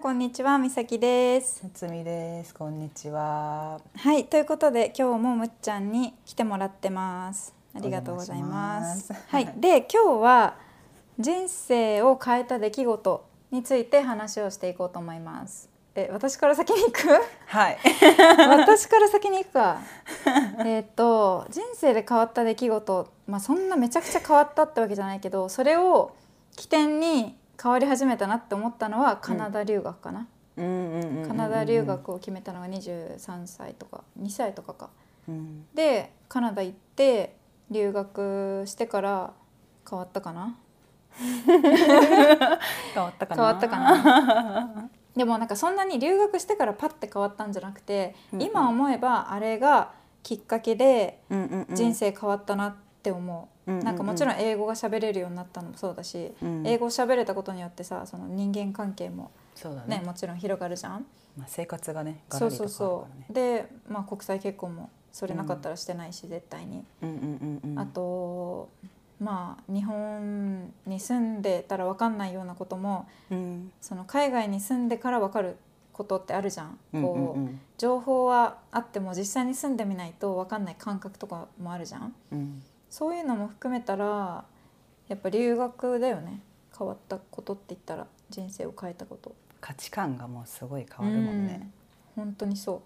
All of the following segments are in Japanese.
こんにちは、みさきです。 つみです。こんにちは。 はい、ということで今日もむっちゃんに来てもらってます。ありがとうございます。はい、で今日は人生を変えた出来事について話をしていこうと思います。私から先に行く？ はい。 私から先に行くか。人生で変わった出来事、そんなめちゃくちゃ変わったってわけじゃないけど、それを起点に変わり始めたなって思ったのはカナダ留学かな。カナダ留学を決めたのが23歳とか2歳とかか、でカナダ行って留学してから変わったかな。 変わったかな。 でもなんかそんなに留学してからパッて変わったんじゃなくて、今思えばあれがきっかけで人生変わったなって思う。なんかもちろん英語が喋れるようになったのもそうだし、英語を喋れたことによってさ、その人間関係もね、もちろん広がるじゃん。 生活がね、 そうそうそう。で、国際結婚もそれなかったらしてないし、絶対に。あと日本に住んでたら分かんないようなことも、その海外に住んでから分かることってあるじゃん。情報はあっても実際に住んでみないと分かんない感覚とかもあるじゃん。そういうのも含めたらやっぱ留学だよね。変わったことって言ったら人生を変えたこと。 価値観がもうすごい変わるもんね。 本当にそう。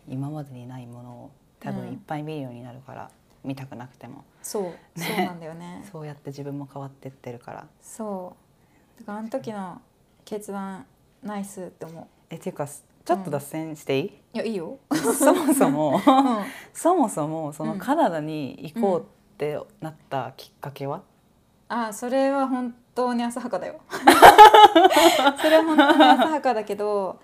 今までにないものを多分いっぱい見るようになるから、見たくなくても。 そうなんだよね。 そうやって自分も変わってってるから。 そうだからあの時の決断ナイスって思う。 っていうかちょっと脱線していい？ いや、いいよ。 そもそもそのカナダに行こうってなったきっかけは？ それは本当に浅はかだよ。それは本当に浅はかだけど、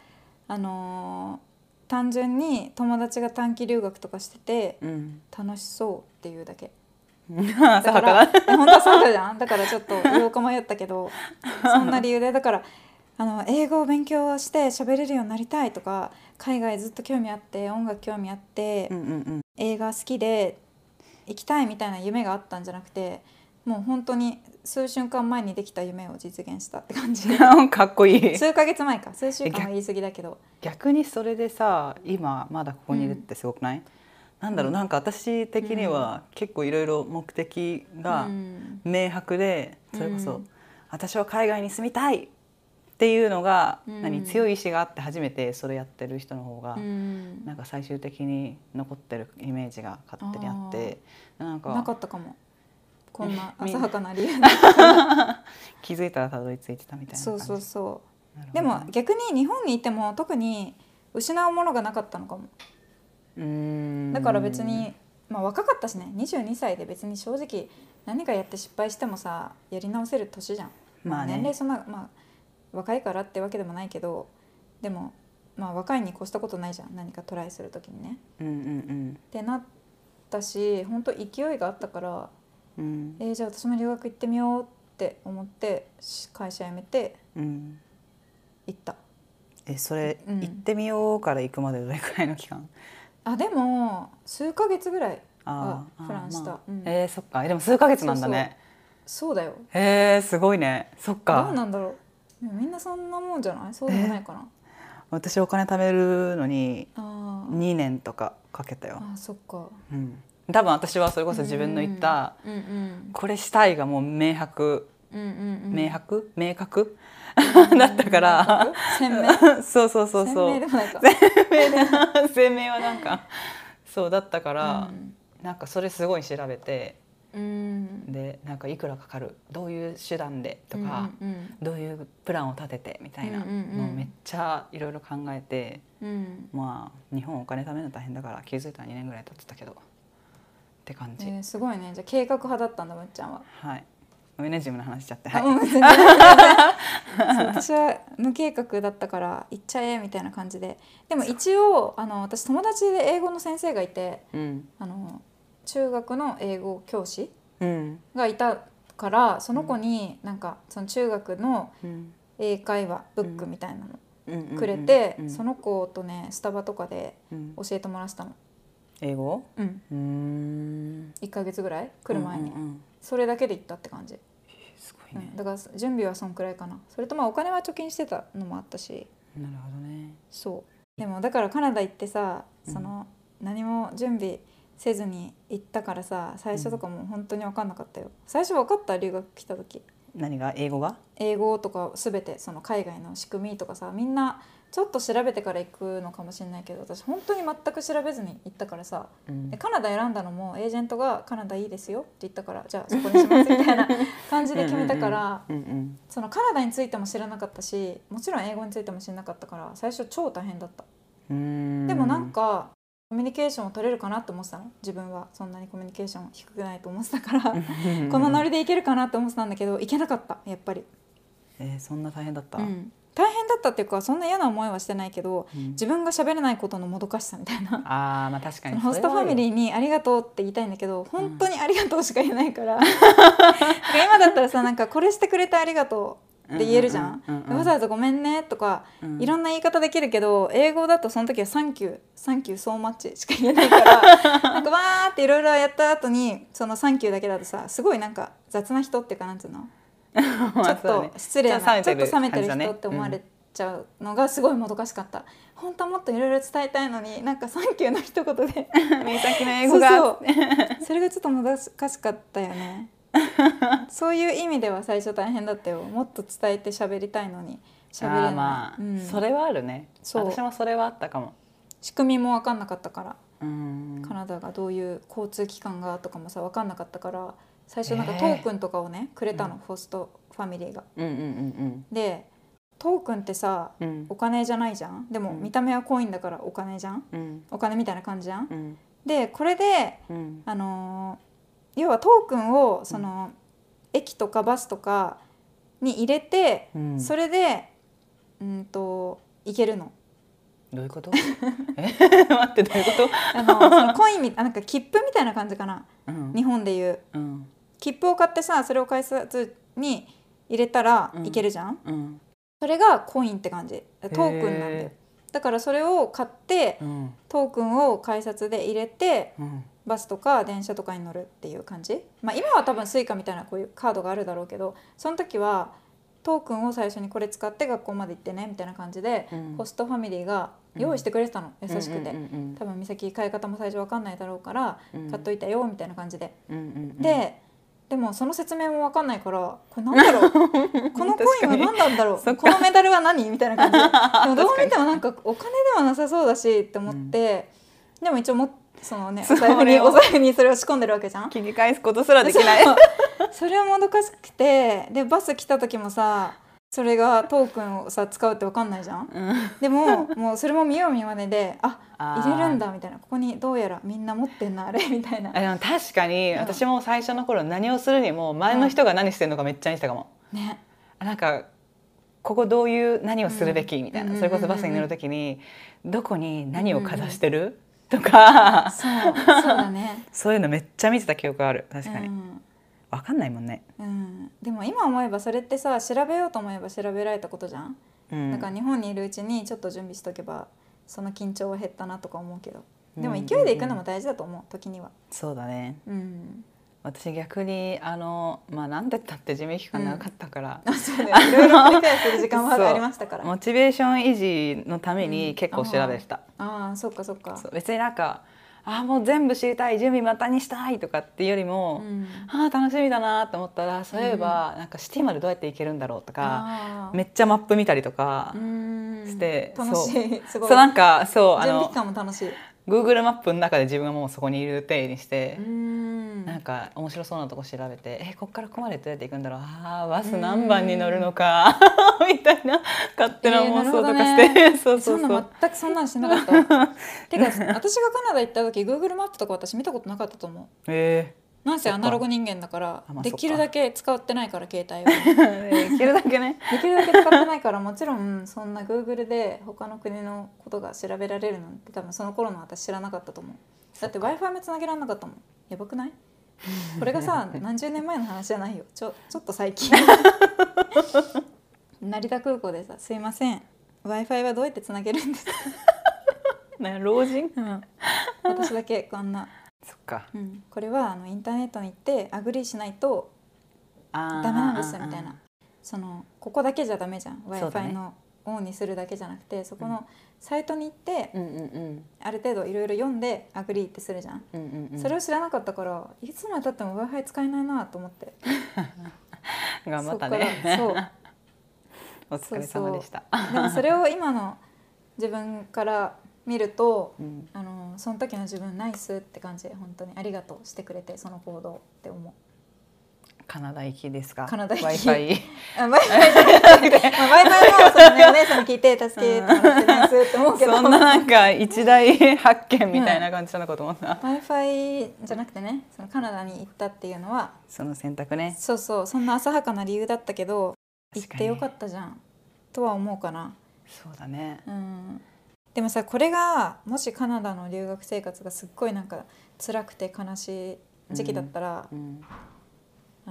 単純に友達が短期留学とかしてて、楽しそうっていうだけ。だから本当浅はかじゃん。だからちょっと言おうか迷ったけど、そんな理由で。だから英語を勉強して喋れるようになりたいとか、海外ずっと興味あって、音楽興味あって、映画好きで行きたいみたいな夢があったんじゃなくて、もう本当に数瞬間前にできた夢を実現したって感じ。 かっこいい。 数ヶ月前か。数週間は言い過ぎだけど、 逆にそれでさ、今まだここにいるってすごくない？なんだろう、なんか私的には結構いろいろ目的が明白で、それこそ私は海外に住みたいっていうのが強い意志があって初めてそれやってる人の方がなんか最終的に残ってるイメージが勝手にあって、 なんかなかったかも。こんな浅はかな理由気づいたらたどり着いてたみたいな感じ。 そうでも逆に日本にいても特に失うものがなかったのかも。だから別に若かったしね、22歳で別に正直何かやって失敗してもさ、やり直せる年じゃん。年齢そんな若いからってわけでもないけど、でも若いに越したことないじゃん、何かトライする時にね。ってなったし、本当勢いがあったから、じゃあ私も留学行ってみようって思って会社辞めて行った。 それ、行ってみようから行くまでどれくらいの期間？ でも数ヶ月ぐらいはプランした。 そっか。でも数ヶ月なんだね。 そうだよ。 すごいね。そっか。 どうなんだろう。みんなそんなもんじゃない？そうでもないかな。 私お金貯めるのに2年とかかけたよ。 そっか。 多分私はそれこそ自分の言ったこれしたいがもう明確だったから、 鮮明そう鮮明でもないか。 鮮明はなんかそうだったから、なんかそれすごい調べて、でなんかいくらかかる、どういう手段でとか、どういうプランを立ててみたいなのをめっちゃいろいろ考えて、日本お金貯めるの大変だから気づいたら2年ぐらい経ってたけどって感じ。 すごいね。じゃあ計画派だったんだ、むっちゃんは。 はい。ごめんね、自分の話しちゃって。 私は無計画だったから行っちゃえみたいな感じで。でも一応私友達で英語の先生がいて、中学の英語教師がいたから、その子になんかその中学の英会話ブックみたいなのくれて、その子とねスタバとかで教えてもらってたの。 英語 1ヶ月ぐらい来る前に、それだけで行ったって感じ。 すごいね。 だから準備はそんくらいかな。それとお金は貯金してたのもあったし、 なるほどね。 そうでもだからカナダ行ってさ、その何も準備せずに行ったからさ、最初とかも本当に分かんなかったよ。最初分かった？留学来た時何が？英語が？ 英語とか全てその海外の仕組みとかさ、みんなちょっと調べてから行くのかもしれないけど、私本当に全く調べずに行ったからさ、でカナダ選んだのもエージェントがカナダいいですよって言ったから、じゃあそこにしますみたいな感じで決めたから、そのカナダについても知らなかったし、もちろん英語についても知らなかったから、最初超大変だった。でもなんかコミュニケーションを取れるかなって思ってたの。自分はそんなにコミュニケーション低くないと思ってたからこのノリでいけるかなって思ってたんだけど、いけなかったやっぱり。 そんな大変だった？ 大変だったっていうか、そんな嫌な思いはしてないけど、自分が喋れないことのもどかしさみたいな。 まあ確かにホストファミリーにありがとうって言いたいんだけど、本当にありがとうしか言えないから今だったらさ、なんかこれしてくれてありがとうって言えるじゃん。わざわざごめんねとか、いろんな言い方できるけど、英語だとその時はサンキューサンキューソーマッチしか言えないからなんかわーっていろいろやった後にそのサンキューだけだとさ、すごいなんか雑な人っていうか、なんていうのちょっと失礼な、ちょっと冷めてる人って思われちゃうのがすごいもどかしかった。本当はもっといろいろ伝えたいのに、なんかサンキューの一言で目先の英語がそれがちょっともどかしかったよねそういう意味では最初大変だったよ。もっと伝えて喋りたいのに喋れない。 まあ、それはあるね。私もそれはあったかも。 仕組みも分かんなかったから、カナダがどういう交通機関がとかもさ分かんなかったから、最初なんかトークンとかをねくれたの、ホストファミリーが。でトークンってさ、お金じゃないじゃん。でも見た目はコインだからお金じゃん、お金みたいな感じじゃん。でこれで、要はトークンをその、駅とかバスとかに入れて、それで行けるの。 どういうこと？待って、どういうこと？ そのコインなんか切符みたいな感じかな、日本でいう、切符を買ってさ、それを改札に入れたら行けるじゃん、それがコインって感じ、トークンなんだよ。だからそれを買って、トークンを改札で入れて、バスとか電車とかに乗るっていう感じ。まあ今は多分スイカみたいなこういうカードがあるだろうけど、その時はトークンを最初にこれ使って学校まで行ってねみたいな感じで、ホストファミリーが用意してくれてたの、優しくて。多分美咲買い方も最初分かんないだろうから買っといたよみたいな感じで、でもその説明も分かんないから、これなんだろうこのコインは何なんだろうこのメダルは何みたいな感じで、でもどう見てもなんかお金ではなさそうだしって思って、でも一応そのね、お財布にそれを仕込んでるわけじゃん。 切り返すことすらできないそれはもどかしくて、でバス来た時もさ、それがトークンをさ使うって分かんないじゃん、でももうそれも見よう見まねで、入れるんだみたいな、ここにどうやらみんな持ってんなあれみたいな。 でも確かに私も最初の頃何をするにも前の人が何してるのかめっちゃ見てたかも、なんかここどういう何をするべきみたいな、それこそバスに乗る時にどこに何をかざしてるとか、 そうだねそういうのめっちゃ見てた記憶がある。確かに、分かんないもんね、 でも今思えばそれってさ、調べようと思えば調べられたことじゃん、だから日本にいるうちにちょっと準備しとけばその緊張は減ったなとか思うけど、でも勢いで行くのも大事だと思う、時には。 そうだね、私逆になんて言ったって事務期間長かったから、 そうだよ、いろいろ繰り返する時間はありましたからモチベーション維持のために結構調べてた。 そっかそっか。 別になんかもう全部知りたい、準備またにしたいとかっていうよりも、楽しみだなと思ったら、そういえばなんかシティまでどうやって行けるんだろうとか、めっちゃマップ見たりとかして、 楽しい、すごい。 そうなんかそう準備期間も楽しい。 Google マップの中で自分がもうそこにいる体にして、なんか面白そうなとこ調べて、こっからここまでどうやって行くんだろう、バス何番に乗るのかみたいな勝手な妄想とかして、 そんな全くそんなんしなかったてか私がカナダ行った時 Google マップとか私見たことなかったと思う。なんせアナログ人間だから、できるだけ使ってないから携帯をできるだけねできるだけ使ってないから、もちろんそんな Google で他の国のことが調べられるなんて多分その頃の私知らなかったと思う。だって Wi-Fi もつなげられなかったもん。やばくない？これがさ何十年前の話じゃないよ、ちょっと最近成田空港でさ、すいません Wi-Fi はどうやってつなげるんですか老人、 私だけこんな、 そっか、 これはインターネットに行ってアグリーしないとダメなんですみたいな、ここだけじゃダメじゃん Wi-Fi のオンにするだけじゃなくてそこのサイトに行って、 うんうんうん、 ある程度いろいろ読んでアグリーってするじゃん、 うんうんうん、 それを知らなかったからいつまでたっても Wi-Fi 使えないなと思って頑張ったね。 そうお疲れ様でした。 でもそれを今の自分から見ると、 うん、 その時の自分ナイスって感じで本当にありがとうしてくれてその行動って思う。 カナダ行きですか？ カナダ行き Wi-Fi あ Wi-Fi じゃなくて Wi-Fi もそのねお姉さんに聞いて助けてもらってナイスって思うけどそんななんか一大発見みたいな感じなのかと思った、 Wi-Fi じゃなくてねそのカナダに行ったっていうのはその選択ね。 そうそうそんな浅はかな理由だったけど行ってよかったじゃんとは思うかな。 そうだね、 うん、でもさこれがもしカナダの留学生活がすっごいなんか辛くて悲しい時期だったら、 うんうん、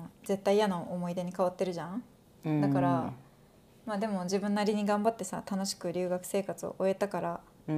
絶対嫌な思い出に変わってるじゃん、うん、だから、まあでも自分なりに頑張ってさ楽しく留学生活を終えたから、うん、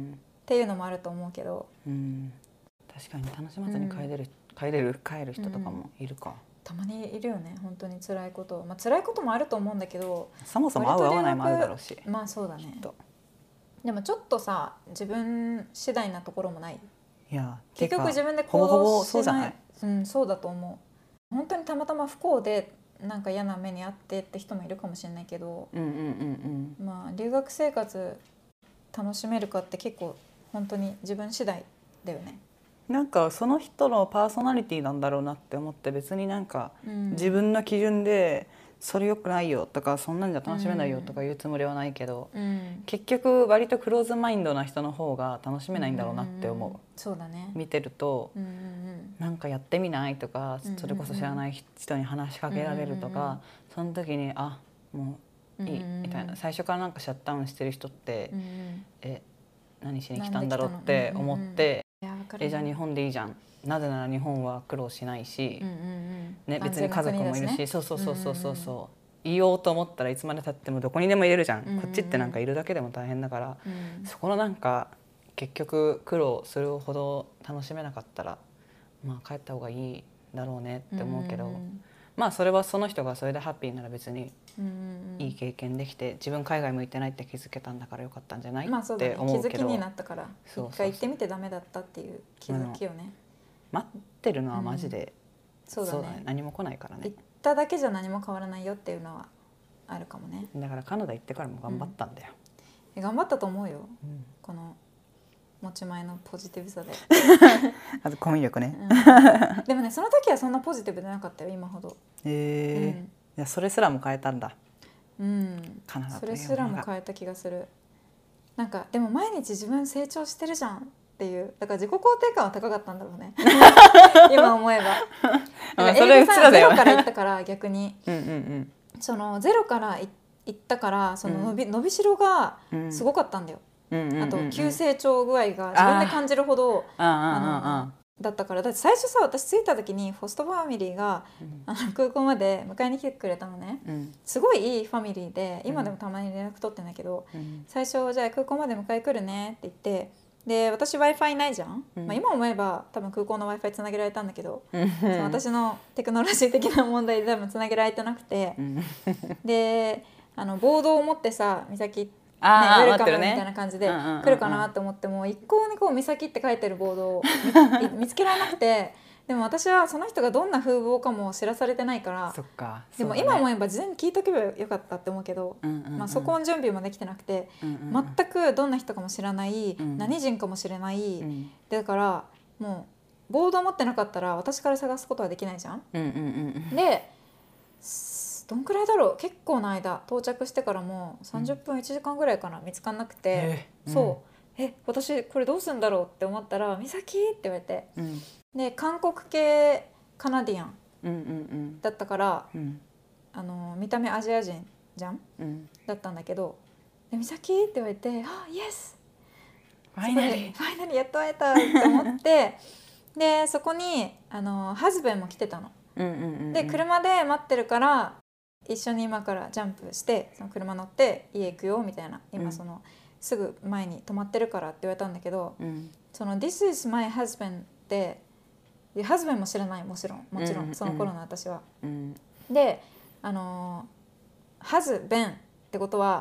っていうのもあると思うけど、 うん、確かに楽しまずに帰る人とかもいるか、 たまにいるよね本当に辛いこと、まあ辛いこともあると思うんだけどそもそも合う合わないもあるだろうし、 まあそうだね。でもちょっとさ自分次第なところもない？いや結局自分で行動しない。ほぼほぼそうじゃない？うん、そうだと思う。本当にたまたま不幸でなんか嫌な目にあってって人もいるかもしれないけど、まあ留学生活楽しめるかって結構本当に自分次第だよね。 なんかその人のパーソナリティなんだろうなって思って、別になんか自分の基準でそれ良くないよとかそんなんじゃ楽しめないよとか言うつもりはないけど、結局割とクローズマインドな人の方が楽しめないんだろうなって思う。 そうだね。 見てるとなんかやってみないとか、それこそ知らない人に話しかけられるとか、その時にあもういいみたいな、最初からなんかシャットダウンしてる人って何しに来たんだろうって思って、じゃあ日本でいいじゃん、なぜなら日本は苦労しないし、ね、別に家族もいるし、そうそうそうそうそうそう、いようと思ったらいつまでたってもどこにでもいれるじゃん、こっちってなんかいるだけでも大変だから、そこのなんか結局苦労するほど楽しめなかったらまあ帰った方がいいだろうねって思うけど、まあそれはその人がそれでハッピーなら別にいい経験できて、自分海外向いてないって気づけたんだからよかったんじゃないって思うけど、 気づきになったから一回行ってみてダメだったっていう気づきよね。 待ってるのはマジで、 そうだね、 何も来ないからね。 行っただけじゃ何も変わらないよっていうのはあるかもね。 だからカナダ行ってからも頑張ったんだよ、 頑張ったと思うよ、この持ち前のポジティブさであとコミュ力ね、 でもねその時はそんなポジティブでなかったよ今ほど。 いやそれすらも変えたんだ。 カナダそれすらも変えた気がする。なんかでも毎日自分成長してるじゃんっていう、だから自己肯定感は高かったんだろうね今思えば。 それさゼロから行ったから逆にそのゼロから行ったからその伸びしろがすごかったんだよ。あと急成長具合が自分で感じるほどだったから。だって最初さ私着いた時にホストファミリーが空港まで迎えに来てくれたのね、すごいいいファミリーで今でもたまに連絡取ってんだけど、最初じゃあ空港まで迎え来るねって言って、で私 Wi-Fi ないじゃん、まあ、今思えば多分空港の Wi-Fi つなげられたんだけど、その私のテクノロジー的な問題で多分つなげられてなくて、でボードを持ってさ美咲ウェルカムみたいな感じで来るかなと思っても一向にこう美咲って書いてるボードを見つけられなくて、でも私はその人がどんな風貌かも知らされてないから、 そっか、 でも今思えば事前に聞いとけばよかったって思うけど、まあそこの準備もできてなくて、全くどんな人かも知らない、何人かもしれない、だからもうボードを持ってなかったら私から探すことはできないじゃん。でどんくらいだろう、結構の間到着してからも30分1時間ぐらいかな、見つかんなくて、そう私これどうするんだろうって思ったら「美咲」って言われて、で韓国系カナディアンだったから、見た目アジア人じゃん、だったんだけど「美咲」って言われて「あイエスファイナリやっと会えた」って思ってでそこにハズベンも来てたの。で車で待ってるから一緒に今からジャンプしてその車乗って家行くよみたいな、今そのすぐ前に止まってるからって言われたんだけど、その This is my husband ってハズベンも知らない、もちろんその頃の私は。でハズベンってことは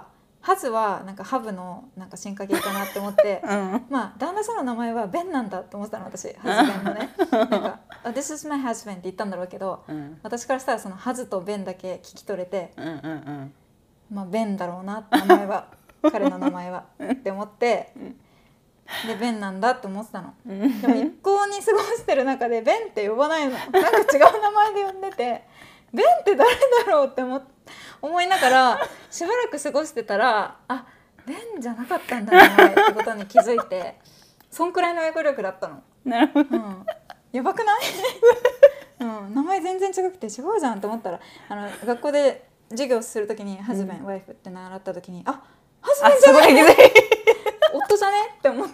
ハズはなんかハブのなんか進化系かなって思って、まあ旦那さんの名前はベンなんだって思ってたの私、ハズベンのねなんかThis is my husband って言ったんだろうけど、私からしたらそのハズとベンだけ聞き取れて、まあベンだろうなって名前は彼の名前はって思って、でベンなんだって思ってたの。でも一向に過ごしてる中でベンって呼ばないの、なんか違う名前で呼んでて、ベンって誰だろうって思いながらしばらく過ごしてたら、あ、ベンじゃなかったんだ名前ってことに気づいて、そんくらいの英語力だったの。 なるほど、 やばくない名前全然違くて違うじゃんと思ったら、学校で授業するときにハズベン、ワイフって習ったときに、あ、ハズベンじゃない夫じゃねって思って、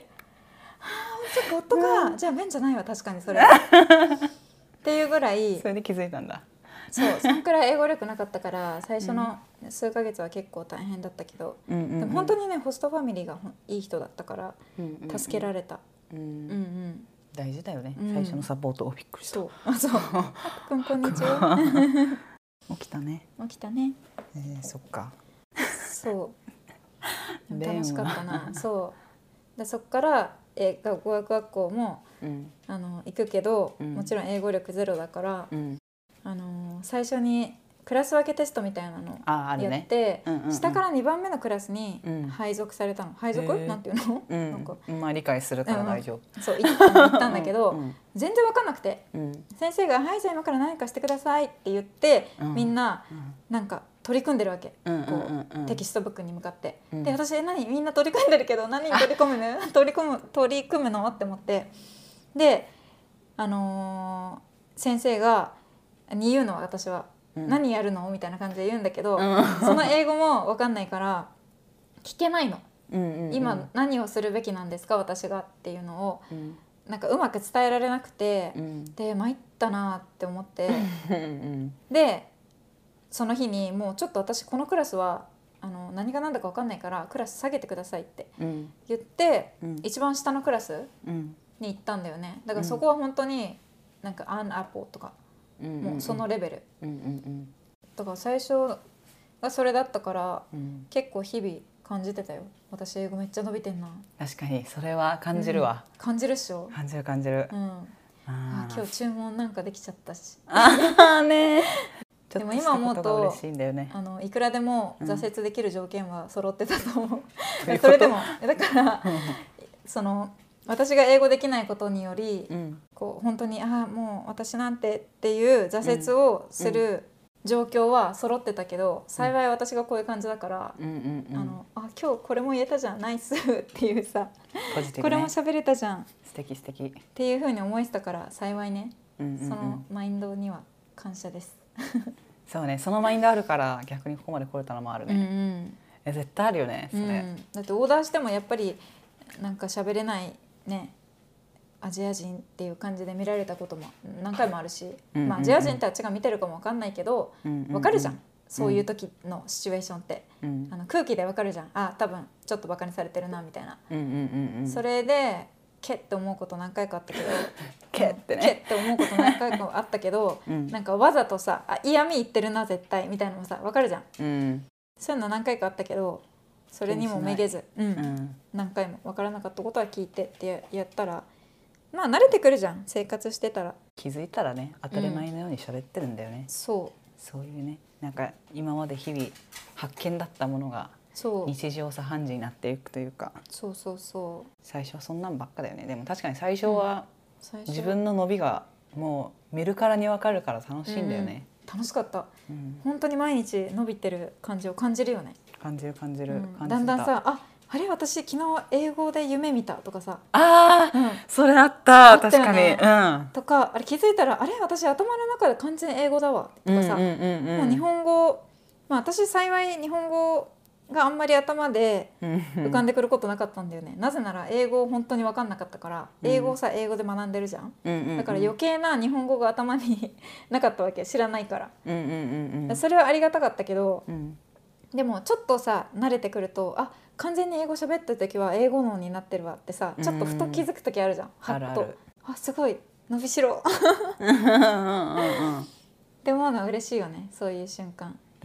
そっか夫か、じゃあベンじゃないわ、確かにそれっていうぐらい、 それで気づいたんだ。 そう、そんくらい英語力なかったから最初の数ヶ月は結構大変だったけど、でも本当にねホストファミリーがいい人だったから助けられた。 大事だよね、最初のサポートを。びっくりした。 そうくんこんにちは起きたね。 起きたね。 そっか。 そう楽しかったな。そうでそっから語学学校も行くけど、もちろん英語力ゼロだから、最初にクラス分けテストみたいなのをやって、下から2番目のクラスに配属されたの。配属なんていうの、なんかまあ理解するから大丈夫。 そう行ったんだけど、全然分かんなくて、先生が「はいじゃあ今から何かしてください」って言って、みんななんか取り組んでるわけ、こうテキストブックに向かって、で私何みんな取り組んでるけど何に取り組むの取り組むのって思って、で先生がに言うのは、私は何やるのみたいな感じで言うんだけど、その英語も分かんないから聞けないの。今何をするべきなんですか私がっていうのをなんかうまく伝えられなくて、で参ったなって思ってでその日にもうちょっと私このクラスは何が何だか分かんないからクラス下げてくださいって言って、一番下のクラスに行ったんだよね。だからそこは本当になんかアンアポとかもうそのレベルだから、最初がそれだったから、結構日々感じてたよ。私英語めっちゃ伸びてんな。 確かにそれは感じるわ。 感じるっしょ。 感じる感じる。 今日注文なんかできちゃったし。 ね。 でも今思うといくらでも挫折できる条件は揃ってたと思う。それでもだからその私が英語できないことにより、こう本当にもう私なんてっていう挫折をする状況は揃ってたけど、幸い私がこういう感じだから、今日これも言えたじゃんナイスっていうさ、これも喋れたじゃん素敵素敵っていう風に思えてたから幸いね、そのマインドには感謝です。 そうね、そのマインドあるから逆にここまで来れたのもあるね。絶対あるよねそれ。 だってオーダーしてもやっぱりなんか喋れないねアジア人っていう感じで見られたことも何回もあるし、アジア人たちが見てるかも分かんないけど、分かるじゃん、そういう時のシチュエーションって、空気で分かるじゃん。多分ちょっとバカにされてるなみたいな、それでけって思うこと何回かあったけどけってねけって思うこと何回かあったけど、なんかわざとさ嫌味言ってるな絶対みたいなのもさ分かるじゃん、そういうの何回かあったけど、それにもめげず、何回も分からなかったことは聞いてってやったら、まあ慣れてくるじゃん生活してたら。 気づいたらね当たり前のように喋ってるんだよね。そういうね、なんか今まで日々発見だったものが日常茶飯事になっていくというか。最初はそんなんばっかだよね。でも確かに最初は自分の伸びがもう見るからに分かるから楽しいんだよね。 楽しかった、本当に毎日伸びてる感じを感じるよね。 感じる感じる、 だんだんさあれ私昨日英語で夢見たとかさ、 それあった確かに、 とかあれ気づいたらあれ私頭の中で完全英語だわとかさ、もう日本語、私幸い日本語があんまり頭で浮かんでくることなかったんだよね。なぜなら英語本当に分かんなかったから、英語をさ英語で学んでるじゃん、だから余計な日本語が頭になかったわけ、知らないから、それはありがたかったけど、でもちょっとさ慣れてくると完全に英語喋ってる時は英語脳になってるわってさ、ちょっとふと気づく時あるじゃん、はっとすごい伸びしろって思うのは嬉しいよね、そういう瞬間。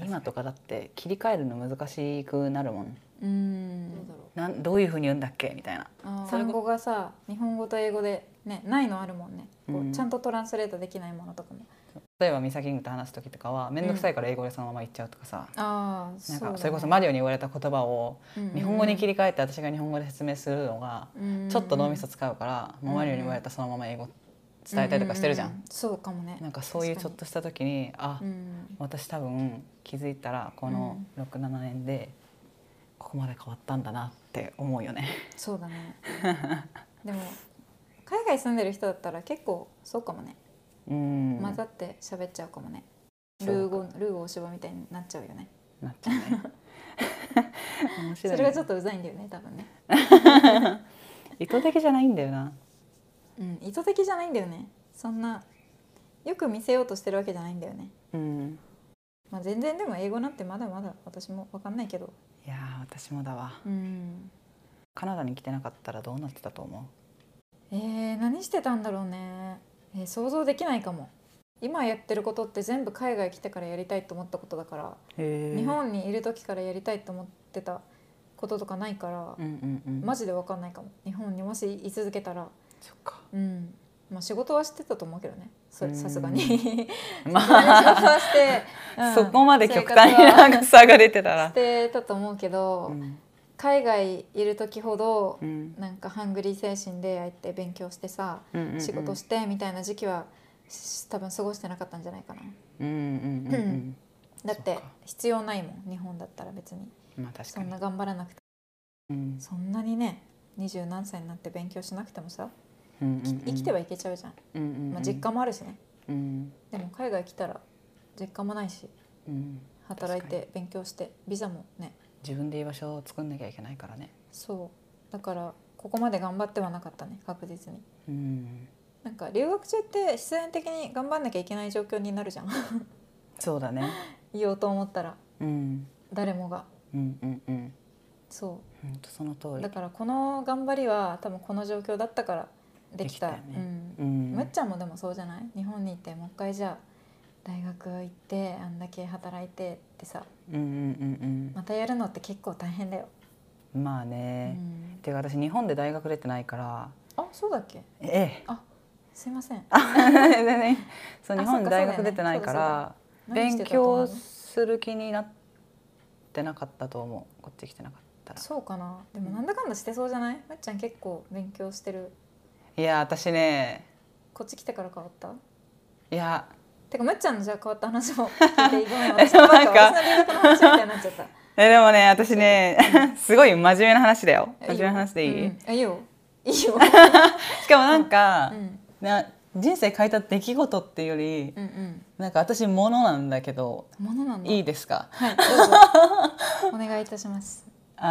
今とかだって切り替えるの難しくなるもん。どういうふうに言うんだっけみたいな。 単語がさ日本語と英語で、ね、ないのあるもんね、こうちゃんとトランスレートできないものとかも。 例えばミサキングと話す時とかは面倒くさいから英語でそのまま言っちゃうとかさ、なんかそれこそマリオに言われた言葉を日本語に切り替えて私が日本語で説明するのがちょっと脳みそ使うから、もうマリオに言われたそのまま英語伝えたりとかしてるじゃん。 そうかもね。 なんかそういうちょっとした時に私多分気づいたらこの6、7年でここまで変わったんだなって思うよね。 そうだねでも海外住んでる人だったら結構そうかもね。混ざって喋っちゃうかもね。ルー語おしばみたいになっちゃうよね。 なっちゃうね面白いね。 それがちょっとうざいんだよね多分ね意図的じゃないんだよな。 意図的じゃないんだよね。そんなよく見せようとしてるわけじゃないんだよね。まあ、全然でも英語なんてまだまだ私も分かんないけど。 いや私もだわ。カナダに来てなかったらどうなってたと思う？ 何してたんだろうね。想像できないかも。今やってることって全部海外来てからやりたいと思ったことだから、日本にいる時からやりたいと思ってたこととかないから、マジで分かんないかも。日本にもし居続けたら。 そっか。 まあ仕事はしてたと思うけどね。さすがにまあ仕事はして、 そこまで極端になんか差が出てたらしてたと思うけど、海外いる時ほどなんかハングリー精神でああやって勉強してさ、仕事してみたいな時期は多分過ごしてなかったんじゃないかな。だって必要ないもん日本だったら別に、そんな頑張らなくて、そんなにね20何歳になって勉強しなくてもさ生きてはいけちゃうじゃん。まあ実家もあるしね。でも海外来たら実家もないし、働いて勉強してビザもね自分で居場所を作んなきゃいけないからね。 そうだからここまで頑張ってはなかったね確実に。なんか留学中って必然的に頑張んなきゃいけない状況になるじゃんそうだね言おうと思ったら、誰もが。 そうその通りだからこの頑張りは多分この状況だったからできた。むっちゃんもでもそうじゃない？日本に行ってもう一回じゃあ大学行ってあんだけ働いてってさ、またやるのって結構大変だよ。 まあね、てか私日本で大学出てないから。 あ、そうだっけ？あ、すいませんそう日本で大学出てないから勉強する気になってなかったと思う。こっち来てなかったら。そうかな。でもなんだかんだしてそうじゃない？むっちゃん結構勉強してる。 いや私ねこっち来てから変わった？ いやてかむっちゃんのじゃあ変わった話も聞いていい？ごめん私の留学の話みたいになっちゃったでもね私ねすごい真面目な話だよ。真面目な話でいい？ いいよいいよしかもなんか、人生変えた出来事っていうより、なんか私ものなんだけど、いいですか？ はい、どうぞお願いいたします。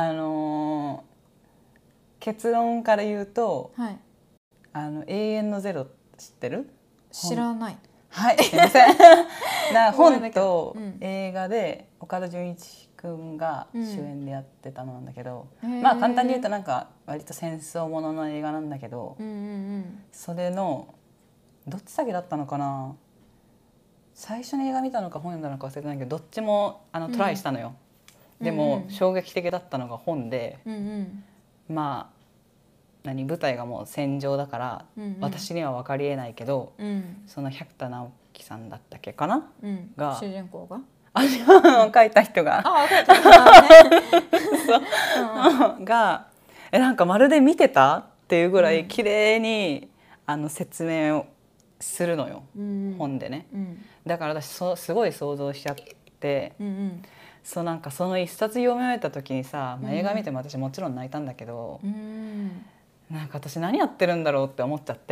結論から言うと、永遠のゼロ知ってる？ 知らない。 はい、すみません本と映画で岡田准一君が主演でやってたのなんだけど、まあ簡単に言うとなんか割と戦争ものの映画なんだけど、それのどっち先だったのかな、最初に映画見たのか本読んだのか忘れてないけどどっちもトライしたのよ。でも衝撃的だったのが本で、まあ舞台がもう戦場だから、私には分かりえないけど、その百田直樹さんだったっけかな、が主人公が書いた人ががなんかまるで見てたっていうぐらい綺麗に説明をするのよ、本でね。だから私すごい想像しちゃって、なんかその一冊読み終えた時にさ、映画見ても私もちろん泣いたんだけど、なんか私何やってるんだろうって思っちゃって。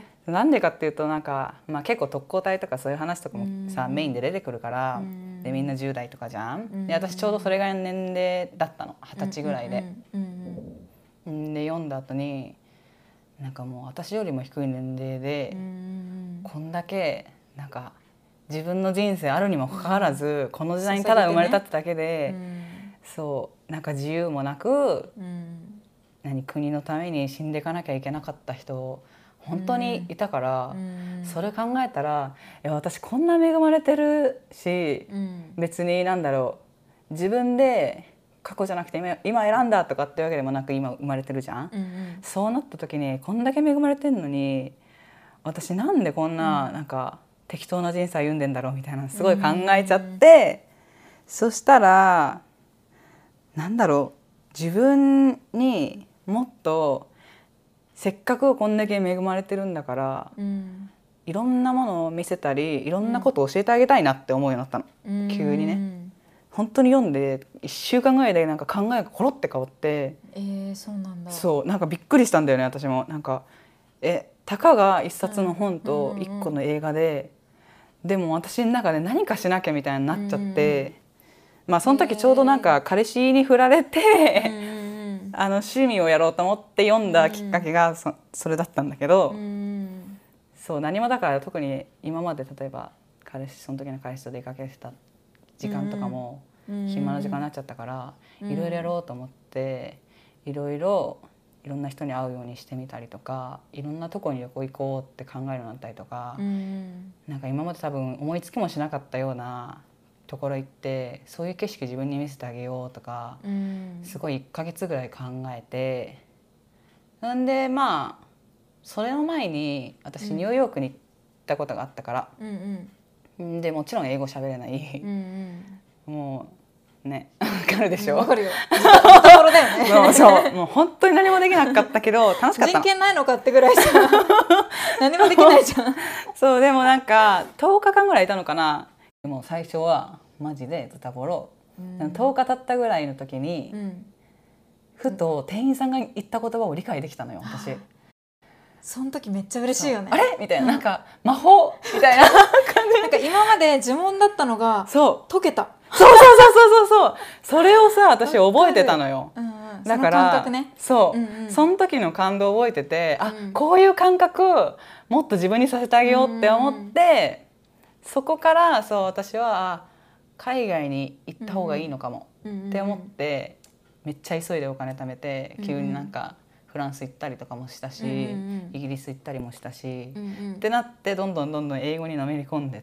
なんでかっていうとなんか、結構特攻隊とかそういう話とかもさ、メインで出てくるから、でみんな10代とかじゃん。で私ちょうどそれが年齢だったの、20歳ぐらいで。で読んだ後になんかもう私よりも低い年齢で、こんだけなんか自分の人生あるにもかかわらず、この時代にただ生まれたってだけで、そうなんか自由もなく、国のために死んでいかなきゃいけなかった人を本当にいたから、それ考えたら私こんな恵まれてるし、別になんだろう、自分で過去じゃなくて今選んだとかってわけでもなく今生まれてるじゃん、そうなった時にこんだけ恵まれてんのに私なんでこんななんか適当な人生歩んでんだろうみたいなすごい考えちゃって、そしたらなんだろう、自分にもっとせっかくこんだけ恵まれてるんだから、いろんなものを見せたりいろんなことを教えてあげたいなって思うようになったの、急にね。本当に読んで1週間ぐらいでなんか考えがコロって変わって、 そうなんだ。 そうなんかびっくりしたんだよね私も。なんかたかが一冊の本と一個の映画で、でも私の中で何かしなきゃみたいになっちゃって、まあその時ちょうどなんか彼氏に振られて趣味をやろうと思って読んだきっかけがそれだったんだけど、そう何もだから特に今まで例えばその時の彼氏と出かけてた時間とかも暇な時間になっちゃったから、いろいろやろうと思っていろんな人に会うようにしてみたりとか、いろんなとこに旅行行こうって考えるようになったりとか、なんか今まで多分思いつきもしなかったようなところ行ってそういう景色自分に見せてあげようとか、すごい1ヶ月ぐらい考えて、なんでまあそれの前に私ニューヨークに行ったことがあったから、でもちろん英語喋れない、もうねわかるでしょ。 わかるよ。ところだよね。 そうもう本当に何もできなかったけど楽しかったの。 人権ないのかってぐらいさ何もできないじゃん。 そうでもなんか10日間ぐらいいたのかな。でも最初はマジでズタボロ、10日経ったぐらいの時に、ふと店員さんが言った言葉を理解できたのよ私。その時めっちゃ嬉しいよね。 あれみたいな、なんか魔法みたいな感じ。 なんか今まで呪文だったのが解けた。 そうそれをさ私覚えてたのよ。だからその時の感動を覚えてて、こういう感覚もっと自分にさせてあげようって思って、そこからそう私は海外に行った方がいいのかもって思って、めっちゃ急いでお金貯めて急になんかフランス行ったりとかもしたし、イギリス行ったりもしたし、ってなってどんどん英語にのめり込んでって、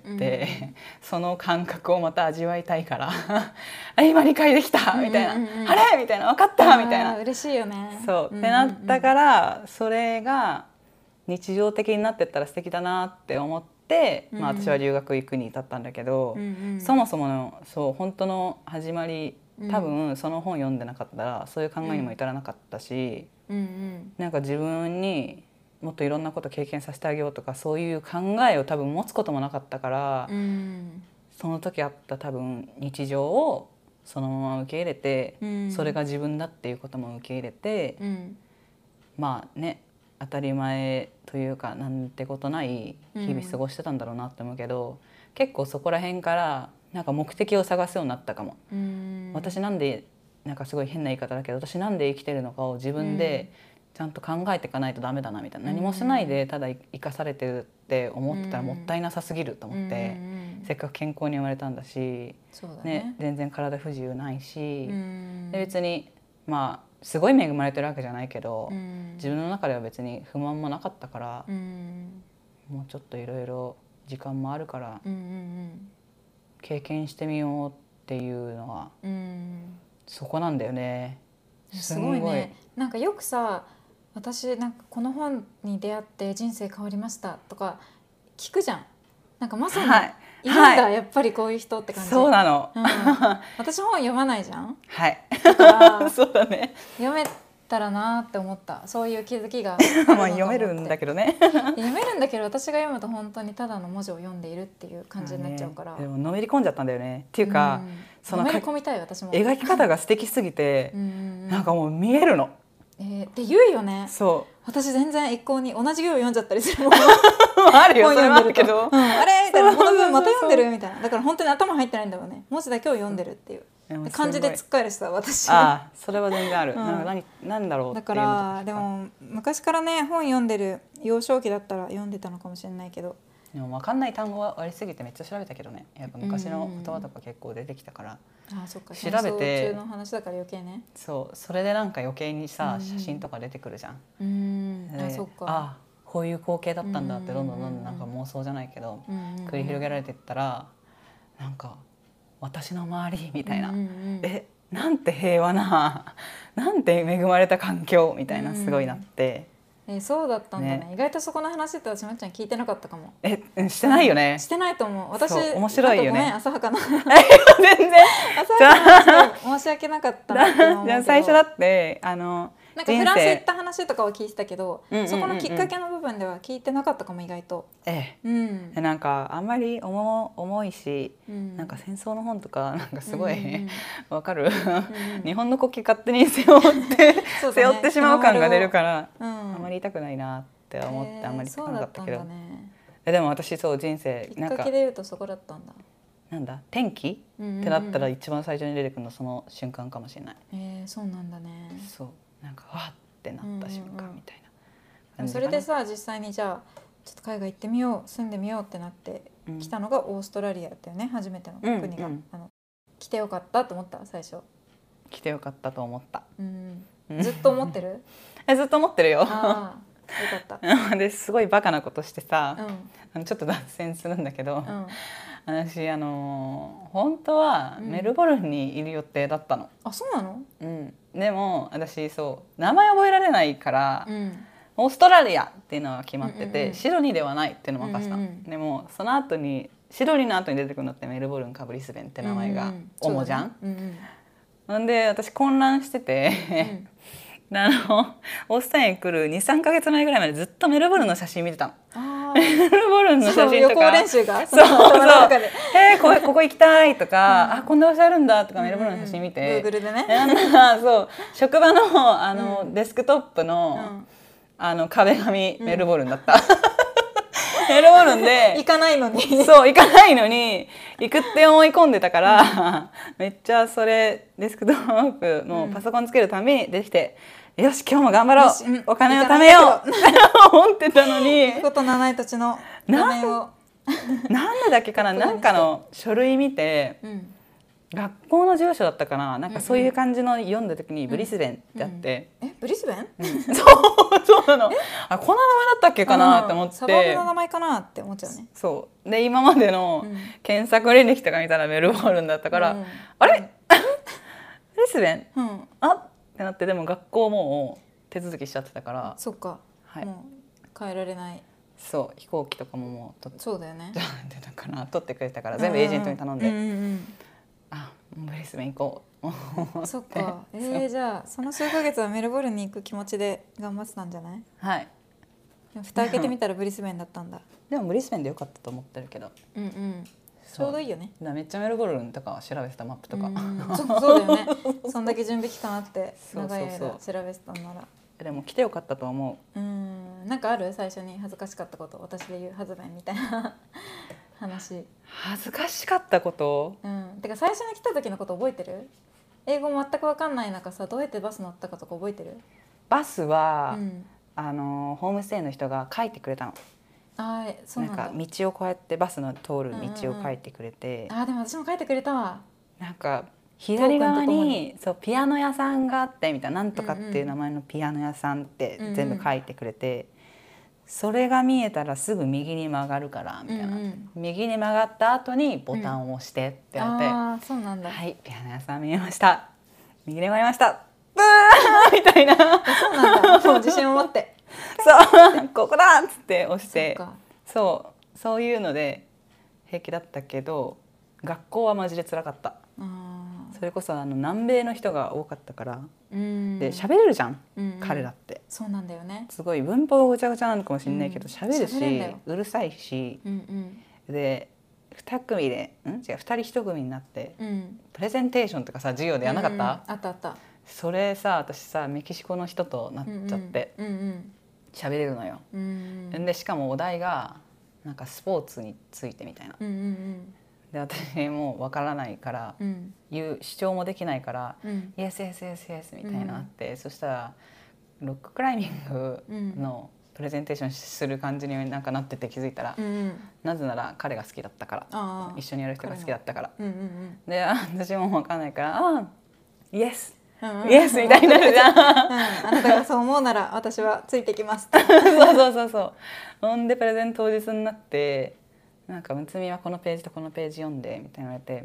その感覚をまた味わいたいから今理解できたみたいな、あれみたいな、分かったみたいな、 嬉しいよね。 そうってなったから、それが日常的になってったら素敵だなって思って、私は留学行くに至ったんだけど、そもそものそう本当の始まり、多分その本読んでなかったらそういう考えにも至らなかったし、なんか自分にもっといろんなこと経験させてあげようとかそういう考えを多分持つこともなかったから、その時あった多分日常をそのまま受け入れて、それが自分だっていうことも受け入れて、まあね当たり前というかなんてことない日々過ごしてたんだろうなって思うけど、結構そこら辺からなんか目的を探すようになったかも。私なんでなんかすごい変な言い方だけど私なんで生きてるのかを自分でちゃんと考えていかないとダメだなみたいな、何もしないでただ生かされてるって思ってたらもったいなさすぎると思って、せっかく健康に生まれたんだし、ね、全然体不自由ないし、で別にまあすごい恵まれてるわけじゃないけど、自分の中では別に不満もなかったから、もうちょっといろいろ時間もあるから経験してみようっていうのは、そこなんだよね。 すごいね。なんかよくさ、私なんかこの本に出会って人生変わりましたとか聞くじゃん。なんかまさにいるんだ、やっぱりこういう人って感じ。 そうなの、 私本読まないじゃん。 だからそうだね、 読めたらなって思った。そういう気づきがまあ読めるんだけどね読めるんだけど私が読むと本当にただの文字を読んでいるっていう感じになっちゃうから、 でものめり込んじゃったんだよね。っていうか、 そののめり込みたい私も。 描き方が素敵すぎてなんかもう見えるの。 って言うよね。 そう私全然一向に同じ行を読んじゃったりするもんあるよ、それはあるけど、 あれみたいな、この文また読んでるみたいな。だから本当に頭入ってないんだろうね。文字だけを読んでるっていう感じでつっかえるしさ、私。 それは全然ある。なんだろうっていう。 だからでも昔からね本読んでる、幼少期だったら読んでたのかもしれないけど、 でも分かんない単語はありすぎてめっちゃ調べたけどね。やっぱ昔の言葉とか結構出てきたから、 そっか、 調べて中の話だから余計ね。 それでなんか余計にさ、写真とか出てくるじゃん。 そっか、 こういう光景だったんだってどんどんどんどんなんか妄想じゃないけど繰り広げられていったら、なんか私の周りみたいな、なんて平和ななんて恵まれた環境みたいなすごいなって。 そうだったんだね。意外とそこの話って私まっちゃん聞いてなかったかも。 してないよね。 してないと思う。私面白いよね。 ごめん、浅はかな全然浅はかな申し訳なかったなって思うけど。 最初だってなんかフランス行った話とかは聞いてたけど、そこのきっかけの部分では聞いてなかったかも意外と。 なんかあんまり重いし、なんか戦争の本とかなんかすごいわかる。日本の国旗勝手に背負ってしまう感が出るから、あんまり言いたくないなって思ってあんまり聞かなかったけど。でも私そう人生なんかきっかけで言うとそこだったんだ。 なんだ転機ってなったら一番最初に出てくるのその瞬間かもしれない。 そうなんだね。 そうなんかわってなった瞬間みたいな。 それでさ実際にじゃあちょっと海外行ってみよう住んでみようってなって来たのがオーストラリアだったよね、初めての国が。来てよかったと思った最初。 来てよかったと思った。 ずっと思ってる？ ずっと思ってるよ。 よかった。 ですごいバカなことしてさ、ちょっと脱線するんだけど、私本当はメルボルンにいる予定だったの。 あ、そうなの？ でも私そう名前覚えられないから、オーストラリアっていうのは決まってて、シドニーではないっていうのも分かった。でもその後にシドニーの後に出てくるのってメルボルンかブリスベンって名前が主じゃん。なんで私混乱しててオーストラリアに来る 2,3 ヶ月前ぐらいまでずっとメルボルンの写真見てたの。メルボルンの写真とか、 予行練習がそうここ行きたいとか、あこんな場所あるんだとかメルボルンの写真見て、 Google でね、 そう職場のデスクトップの壁紙メルボルンだった。メルボルンで行かないのにそう行かないのに行くって思い込んでたから、めっちゃそれデスクトップのパソコンつけるために出てきて、よし今日も頑張ろう、お金を貯めよう思ってたのに、 行くことのない土地の画面をなんでだっけかな、なんかの書類見て、学校の住所だったかな、なんかそういう感じの読んだ時にブリスベンってあって、 ブリスベン？ そうなの。あこの名前だったっけかなって思って、 サバブの名前かなって思っちゃうね。 そうで今までの検索履歴とか見たらメルボルンだったから、あれブリスベン、あってなって、でも学校も手続きしちゃってたから、 そっか、もう変えられない。 そう飛行機とかももうそうだよね。 だから取ってくれたから全部エージェントに頼んで、あブリスベン行こう。 そっか。じゃあその数ヶ月はメルボルンに行く気持ちで頑張ってたんじゃない？ はい。 蓋開けてみたらブリスベンだったんだ。 でもブリスベンでよかったと思ってるけど。 ちょうどいいよね。 めっちゃメルボルンとか調べてた、マップとか。 そうだよね。そんだけ準備期間あって長い間調べてたんなら。 でも来てよかったと思う。 なんかある？最初に恥ずかしかったこと、私で言うハズベンみたいな話。 恥ずかしかったこと？ てか最初に来た時のこと覚えてる？英語全く分かんない中さ、どうやってバス乗ったかとか覚えてる？ バスは、ホームステイの人が書いてくれたの。 そうなんだ。 なんか道をこうやってバスの通る道を書いてくれて、 でも私も書いてくれたわ。 なんか左側にそうピアノ屋さんがあってみたいな、なんとかっていう名前のピアノ屋さんって全部書いてくれて、それが見えたらすぐ右に曲がるからみたいな、右に曲がった後にボタンを押してって言われて、 そうなんだ。 はいピアノ屋さん見えました、右に曲がりました、ブーみたいな。 そうなんだ。もう自信を持ってそうここだっつって押して、そういうので平気だったけど、学校はマジで辛かった。それこそ南米の人が多かったから、で喋れるじゃん、彼らって。 そうなんだよね。 すごい文法がぐちゃぐちゃなのかもしれないけど、喋るしうるさいし、で2組で違う2人1組になって、プレゼンテーションとかさ授業でやらなかった？ あったあった。 それさ私さメキシコの人となっちゃって喋れるのよ。でしかもお題がなんかスポーツについてみたいな。で私もう分からないから、言う主張もできないから「イエスイエスイエスイエス」みたいなのあって、そしたらロッククライミングのプレゼンテーションする感じになんかなってて、気づいたら、なぜなら彼が好きだったから、一緒にやる人が好きだったから。で私も分かんないから「イエスイエスみたいになるじゃん。 あなたがそう思うなら私はついてきますってそうほんでプレゼン当日になってなんかむつみはこのページとこのページ読んでみたいな言われて、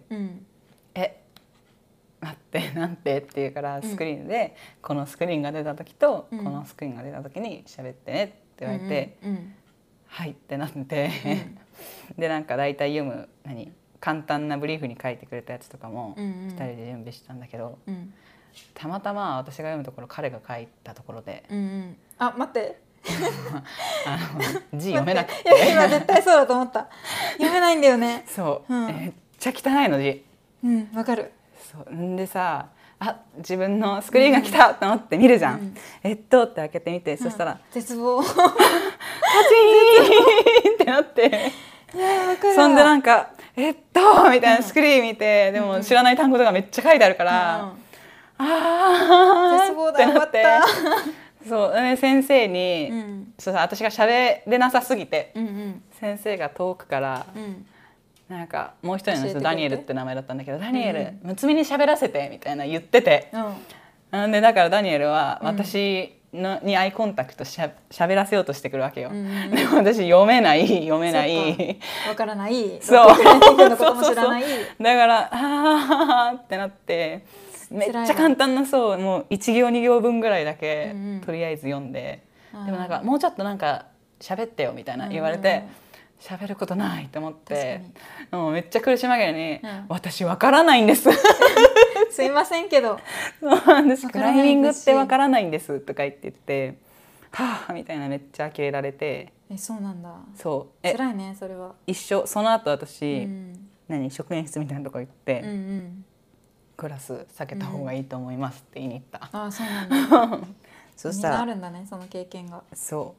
待ってなんてって言うからスクリーンで、このスクリーンが出た時と、このスクリーンが出た時に喋ってねって言われて、はいってなって、でなんか大体読む簡単なブリーフに書いてくれたやつとかも2人で準備したんだけど、たまたま私が読むところ彼が書いたところで、 あ待って字読めなくて今絶対そうだと思った。読めないんだよね。 そう、めっちゃ汚いの字。 わかる。 そうんでさ、自分のスクリーンが来たと思って見るじゃん。って開けてみて、そしたら絶望パチーンってなって、そんでなんかみたいなスクリーン見て、でも知らない単語とかめっちゃ書いてあるから、 絶望だよって。 そう先生に、私が喋れなさすぎて、先生が遠くから、なんかもう一人の人ダニエルって名前だったんだけど、ダニエルむつみに喋らせてみたいな言ってて、なんでだからダニエルは私にアイコンタクト喋らせようとしてくるわけよ。でも私読めないわからないそうだからってなって、めっちゃ簡単なもう1行2行分ぐらいだけとりあえず読んで、でもなんかもうちょっとなんか喋ってよみたいな言われて、喋ることないと思って、もうめっちゃ苦し紛れに、私わからないんですすいませんけど私クライミングってわからないんですとか言ってはあみたいな、めっちゃ呆れられて。 そうなんだ。 そう辛いねそれは。 一緒。その後私、職員室みたいなとこ行って、クラス避けた方がいいと思いますって言いに行った。 そうなんだそしたらあるんだねその経験が。 そう、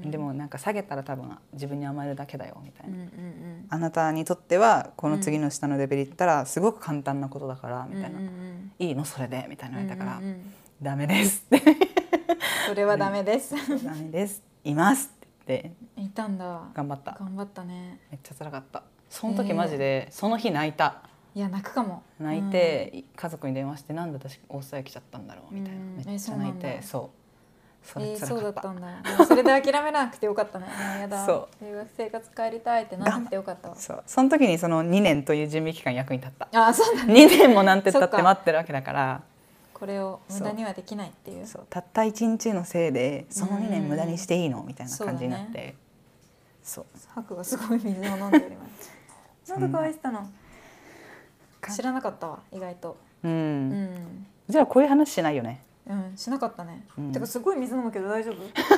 でもなんか下げたら多分自分に甘えるだけだよみたいな、あなたにとってはこの次の下のレベルいったらすごく簡単なことだからみたいな、いいのそれでみたいな言われたから、ダメですってそれはダメですダメですいますって言っていたんだ。 頑張ったね。 めっちゃ辛かった。その時マジでその日泣いた。 いや泣くかも。 泣いて、家族に電話してなんで私大阪来ちゃったんだろうみたいな、めっちゃ泣いて、それ辛かった。 そうだったんだ。それで諦めなくてよかったね。やだ留学生活帰りたいってなってよかったわ。 その時にその2年という準備期間役に立った。 そうだね。 2年もなんて経って待ってるわけだから、 これを無駄にはできないっていう。 たった1日のせいでその2年無駄にしていいのみたいな感じになって、 ハクがすごい水を飲んでおります。喉乾いてたの知らなかったわ意外と。 じゃあこういう話しないよね。 しなかったね。てかすごい水飲むけど大丈夫？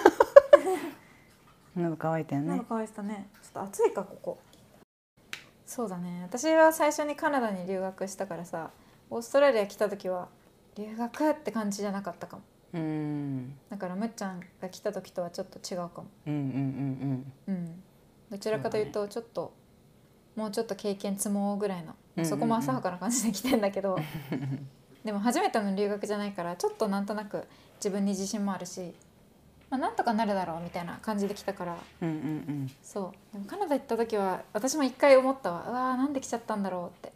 喉乾いてんね。 喉乾いてたね。ちょっと暑いかここ。そうだね。私は最初にカナダに留学したからさ、オーストラリア来た時は留学って感じじゃなかったかも。だからむっちゃんが来た時とはちょっと違うかも。どちらかというとちょっともうちょっと経験積もうぐらいの、そこも浅はかな感じで来てんだけどでも初めての留学じゃないからちょっとなんとなく自分に自信もあるし、なんとかなるだろうみたいな感じで来たから、そうでもカナダ行った時は私も一回思ったわ。なんで来ちゃったんだろうって。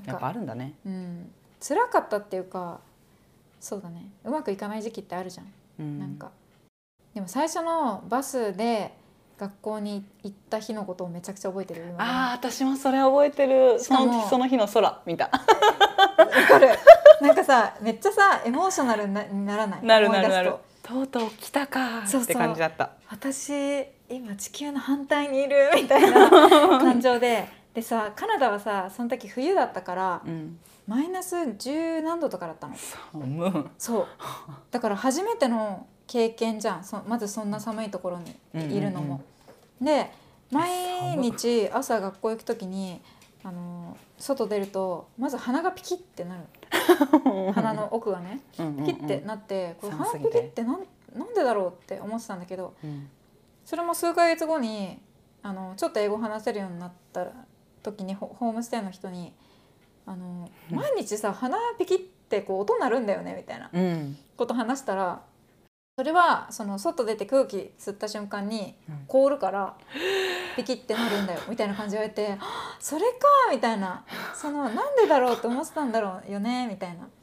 やっぱあるんだね。 辛かったっていうか、そうだね、うまくいかない時期ってあるじゃん。なんかでも最初のバスで学校に行った日のことをめちゃくちゃ覚えてる。 私もそれ覚えてる。その日の空見た。わかる。なんかさめっちゃさエモーショナルにならない？ なる。とうとう来たかって感じだった。 私今地球の反対にいるみたいな感情でさ、カナダはさその時冬だったから、マイナス10何度とかだったの。そうだから初めての経験じゃん。まずそんな寒いところにいるのも。で毎日朝学校行く時に外出るとまず鼻がピキってなる鼻の奥がねピキってなって、これ鼻ピキってなんでだろうって思ってたんだけど、それも数ヶ月後にちょっと英語話せるようになった時にホームステイの人に毎日さ鼻ピキってこう音鳴るんだよねみたいなこと話したら、それはその外出て空気吸った瞬間に凍るからピキってなるんだよみたいな感じで言われて、それかみたいな、なんでだろうって思ってたんだろうよねみたいな。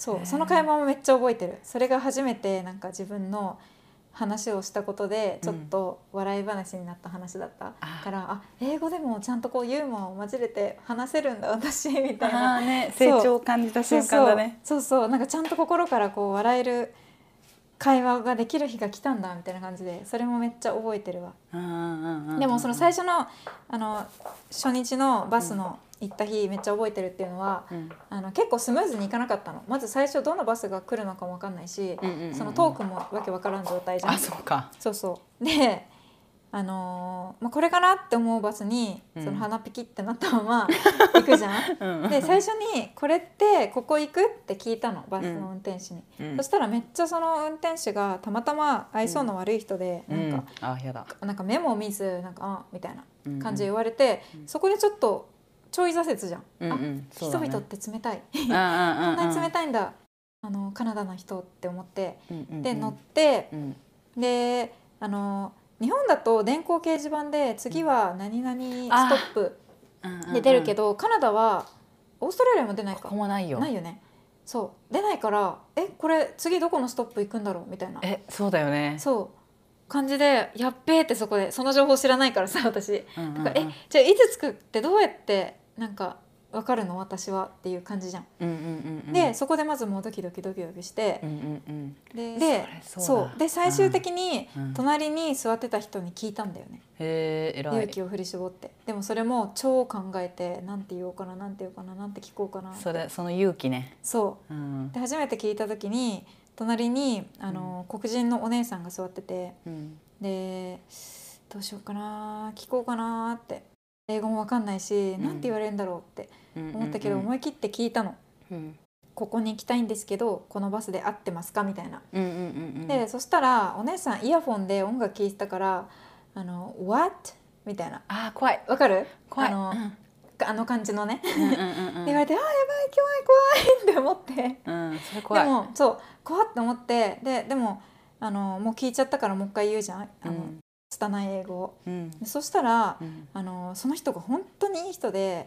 そうその会話もめっちゃ覚えてる。それが初めてなんか自分の話をしたことでちょっと笑い話になった話だったから、あ、英語でもちゃんとこうユーモアを交えて話せるんだ私みたいな、 ね、成長を感じた瞬間だね。 そうなんかちゃんと心からこう笑える会話ができる日が来たんだみたいな感じで、それもめっちゃ覚えてるわ。でもその最初の初日のバスの行った日めっちゃ覚えてるっていうのは、結構スムーズにいかなかったの。まず最初どのバスが来るのかも分かんないし、そのトークもわけ分からん状態じゃん。 そうか。 そうでこれかなって思うバスにその鼻ピキってなったまま行くじゃん。で最初に「これってここ行く?」って聞いたの、バスの運転手に。そしたらめっちゃその運転手がたまたま愛想の悪い人で、なんかメモを見ずなんか「あ」みたいな感じで言われて、そこでちょっとちょい挫折じゃん。人々って冷たいこんなに冷たいんだカナダの人って思って、で乗って、で日本だと電光掲示板で次は何々ストップで出るけど、カナダはオーストラリアも出ないか。 ここもないよ。 ないよね。そう出ないからこれ次どこのストップ行くんだろうみたいな。 そうだよね。 そう感じでやっべーって、そこでその情報知らないからさ私。だからじゃあいつ着くってどうやってなんか分かるの私はっていう感じじゃん。でそこでまずもうドキドキして、で最終的に隣に座ってた人に聞いたんだよね。勇気を振り絞って。でもそれも超考えて、なんて言おうかななんて聞こうかな。 その勇気ね。 で初めて聞いた時に隣に黒人のお姉さんが座ってて、でどうしようかな聞こうかなって、英語も分かんないし、なんて言われるんだろうって思ったけど、思い切って聞いたの。ここに行きたいんですけどこのバスで合ってますかみたいな。でそしたらお姉さんイヤフォンで音楽聴いてたから「What?」みたいな。 怖い。 わかる？ 怖い。 感じのね。言われて「あ、やばい怖い」って思って。 それ怖い。 でもそう怖って思って、でももう聞いちゃったからもう一回言うじゃん。拙い英語を。そしたらその人が本当にいい人で、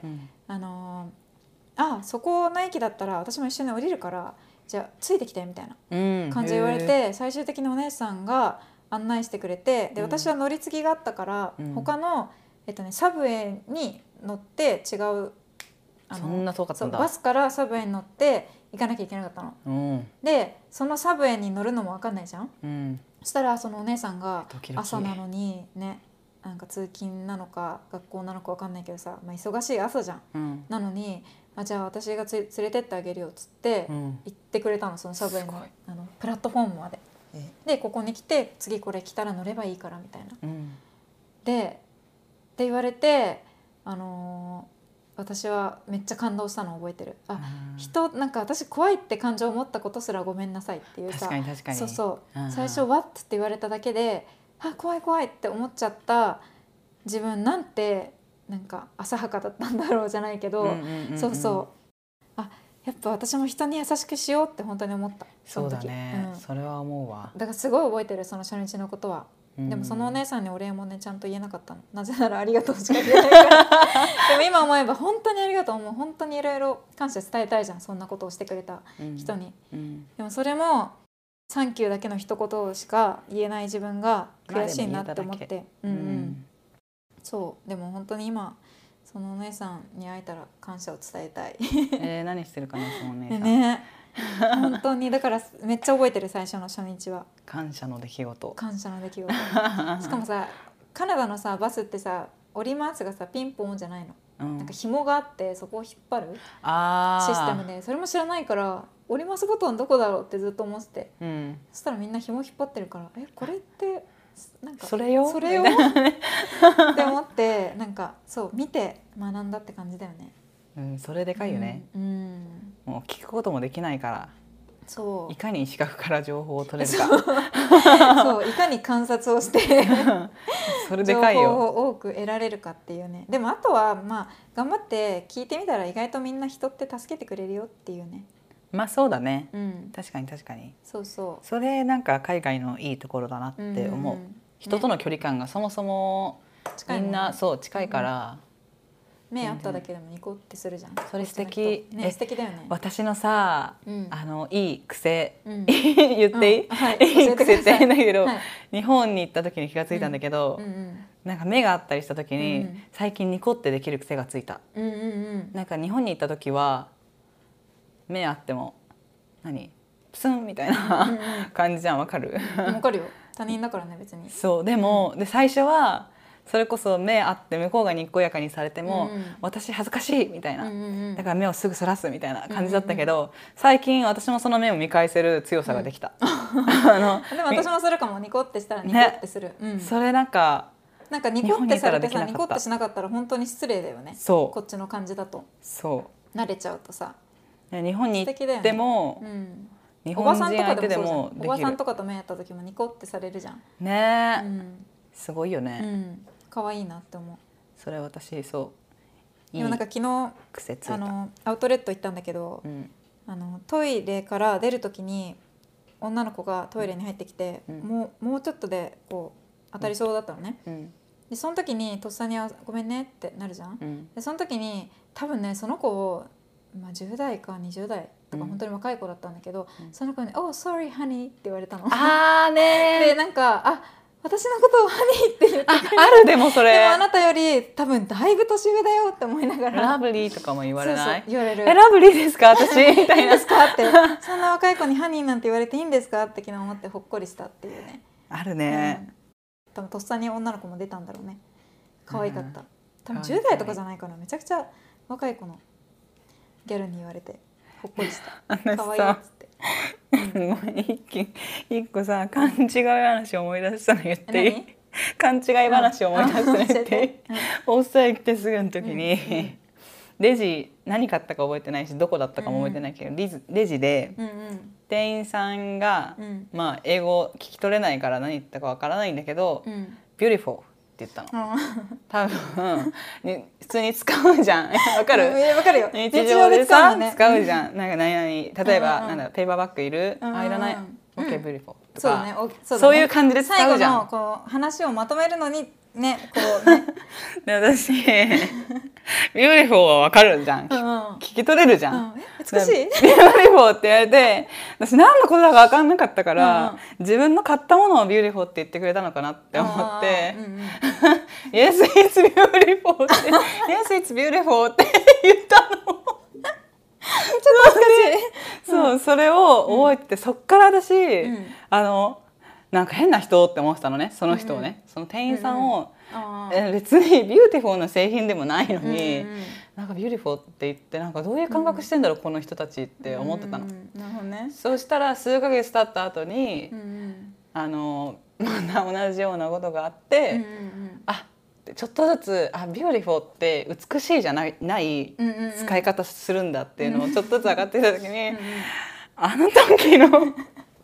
そこの駅だったら私も一緒に降りるからじゃあついてきてみたいな感じで言われて、最終的にお姉さんが案内してくれて、で私は乗り継ぎがあったから他のサブウェイに乗って違うそんな遠かったんだ。 バスからサブウェイに乗って行かなきゃいけなかったの。でそのサブウェイに乗るのも分かんないじゃん。そしたらそのお姉さんが朝なのにね、なんか通勤なのか学校なのか分かんないけどさ、忙しい朝じゃん。なのにじゃあ私が連れてってあげるよっつって行ってくれたの、そのサブウェイのプラットフォームまで。でここに来て次これ来たら乗ればいいからみたいな。でって言われて私はめっちゃ感動したのを覚えてる。なんか私怖いって感情を持ったことすらごめんなさいっていうさ。 確かに最初「What?」って言われただけで怖い怖いって思っちゃった自分なんてなんか浅はかだったんだろうじゃないけど、やっぱ私も人に優しくしようって本当に思った。 そうだね、それは思うわ。 だからすごい覚えてる、その初日のことは。でもそのお姉さんにお礼もねちゃんと言えなかったの。なぜならありがとうしか言えないからでも今思えば本当にありがとう、もう本当にいろいろ感謝伝えたいじゃん、そんなことをしてくれた人に。でもそれもサンキューだけの一言しか言えない自分が悔しいなって思って。そうでも本当に今そのお姉さんに会えたら感謝を伝えたい何してるかなそのお姉さんね。本当にだからめっちゃ覚えてる、最初の初日は。 感謝の出来事。 感謝の出来事しかもさカナダのさバスってさ降りますがさピンポンじゃないの、なんか紐があってそこを引っ張るシステムで、それも知らないから降りますボタンどこだろうってずっと思ってて、そしたらみんな紐引っ張ってるからこれってなんかそれよって思ってなんかそう見て学んだって感じだよね。 それでかいよね。もう聞くこともできないから、そういかに視覚から情報を取れるかそういかに観察をしてそれでかいよ。 情報を多く得られるかっていうね。でもあとは頑張って聞いてみたら意外とみんな人って助けてくれるよっていうね。 そうだね、確かにそれなんか海外のいいところだなって思う。人との距離感がそもそもみんなそう近いから、 目合っただけでもニコってするじゃん。 それ素敵。 ね、素敵だよね。 私のさ、いい癖、言っていい？ はい、 いい癖って言うんだけど、 はい、 日本に行った時に気がついたんだけど、なんか目が合ったりした時に、最近ニコってできる癖がついた。なんか日本に行った時は目合ってもプスンみたいな感じじゃん。わかる？ わかるよ。他人だからね、別に。 そうでも、で最初はそれこそ目合って向こうがにこやかにされても、私恥ずかしいみたいな、だから目をすぐそらすみたいな感じだったけど、最近私もその目を見返せる強さができた。 でも私もするかも。ニコってしたらニコってする。 それなんかニコってされてさ、ニコってしなかったら本当に失礼だよね。 そうこっちの感じだと。 そう慣れちゃうとさ。 日本に行っても、日本人相手でもできる。 おばさんとかと目やった時もニコってされるじゃん。 ね、すごいよね。 可愛いなって思う。 それ私そうでもなんか昨日アウトレット行ったんだけど、トイレから出る時に女の子がトイレに入ってきて、もうちょっとでこう当たりそうだったのね。でその時にとっさに「ごめんね」ってなるじゃん。でその時に多分ね、その子を、10代か20代とか本当に若い子だったんだけど、その子に「Oh sorry honey」って言われたの。 あーねでなんか私のことをハニーって言ってくれる。 ある。でもそれでもあなたより多分だいぶ年上だよって思いながら。 ラブリーとかも言われない？ そう言われる。 ラブリーですか私みたいな。 いいんですかってそんな若い子にハニーなんて言われていいんですかって昨日思ってほっこりしたっていうね。 あるね。 多分とっさに女の子も出たんだろうね。可愛かった。多分10代とかじゃないかな。めちゃくちゃ若い子のギャルに言われてほっこりした。可愛いっつって。 一個さ、勘違い話思い出したの言っていい？勘違い話思い出したの言っていい？オーストラリア来てすぐの時にレジ何買ったか覚えてないし、どこだったかも覚えてないけど、レジで店員さんが英語聞き取れないから何言ったかわからないんだけど「Beautiful」って言ったの。多分普通に使うじゃん。わかる？ わかるよ。 日常でさ使うじゃん。なんか何々、例えばペーパーバッグいる？いらない。OK beautiful とか、そういう感じで使うじゃん。 最後のこう話をまとめるのにね、こうね。 で私beautiful はわかるじゃん。聞き取れるじゃん。 美しい？ beautiful って言われて、私何のことだかわかんなかったから、自分の買ったものを beautiful って言ってくれたのかなって思って、Yes it's beautiful って Yes it's beautiful って言ったの。 ちょっと恥ずかしい。 そう、それを覚えてて、そっから私なんか変な人って思ってたのね、その人をね、その店員さんを別にビューティフォーな製品でもないのに、なんかビューティフォーって言ってなんかどういう感覚してんだろうこの人たちって思ってたの。 なるほどね。 そうしたら数ヶ月経った後にまた同じようなことがあって、ちょっとずつビューティフォーって美しいじゃない使い方するんだっていうのをちょっとずつ上がってきた時に、あの時の返しちょっ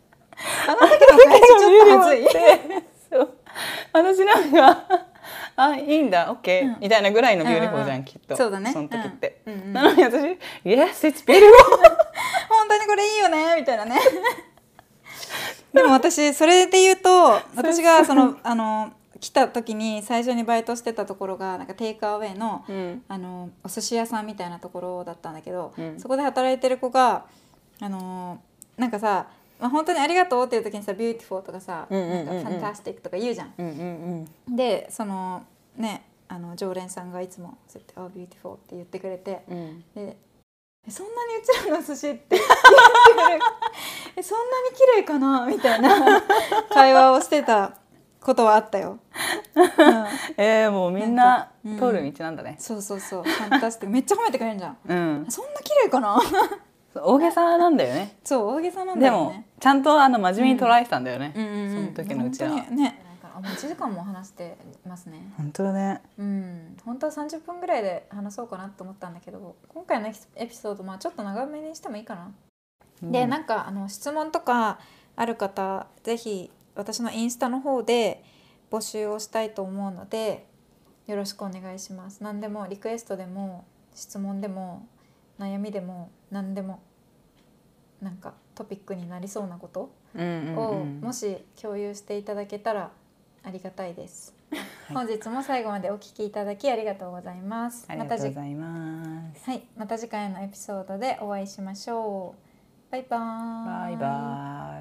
と恥ずい。 そう私なんかいいんだ OK、みたいなぐらいのビューティフォーじゃん、きっと。 そうだね、 その時って。なのに私 Yes it's beautiful 本当にこれいいよねみたいなね。でも私それで言うと、私が来た時に最初にバイトしてたところがなんかテイクアウェイの、お寿司屋さんみたいなところだったんだけど、そこで働いてる子がなんかさ、本当にありがとうっていう時にさ、ビューティフォーとかさ、なんかファンタスティックとか言うじゃん。でそのね、常連さんがいつもそうやってビューティフォーって言ってくれて、でそんなにうちらの寿司って言ってくれそんなに綺麗かなみたいな会話をしてたことはあったよ。 もうみんな通る道なんだね。 そうそうそう、ファンタスティックめっちゃ褒めてくれるじゃん。そんな綺麗かな。 大げさなんだよね。 そう大げさなんだよね。 でもちゃんと真面目に捉えてたんだよね、その時のうちら。 本当にね、もう1時間も話してますね。 本当だね。 本当は30分ぐらいで話そうかなと思ったんだけど、今回のエピソードちょっと長めにしてもいいかな。でなんか質問とかある方、ぜひ私のインスタの方で募集をしたいと思うのでよろしくお願いします。何でもリクエストでも質問でも悩みでも何でも、なんかトピックになりそうなことをもし共有していただけたらありがたいです。 本日も最後までお聞きいただきありがとうございます。 ありがとうございます。 はい、また次回のエピソードでお会いしましょう。バイバーイ。 バイバイ。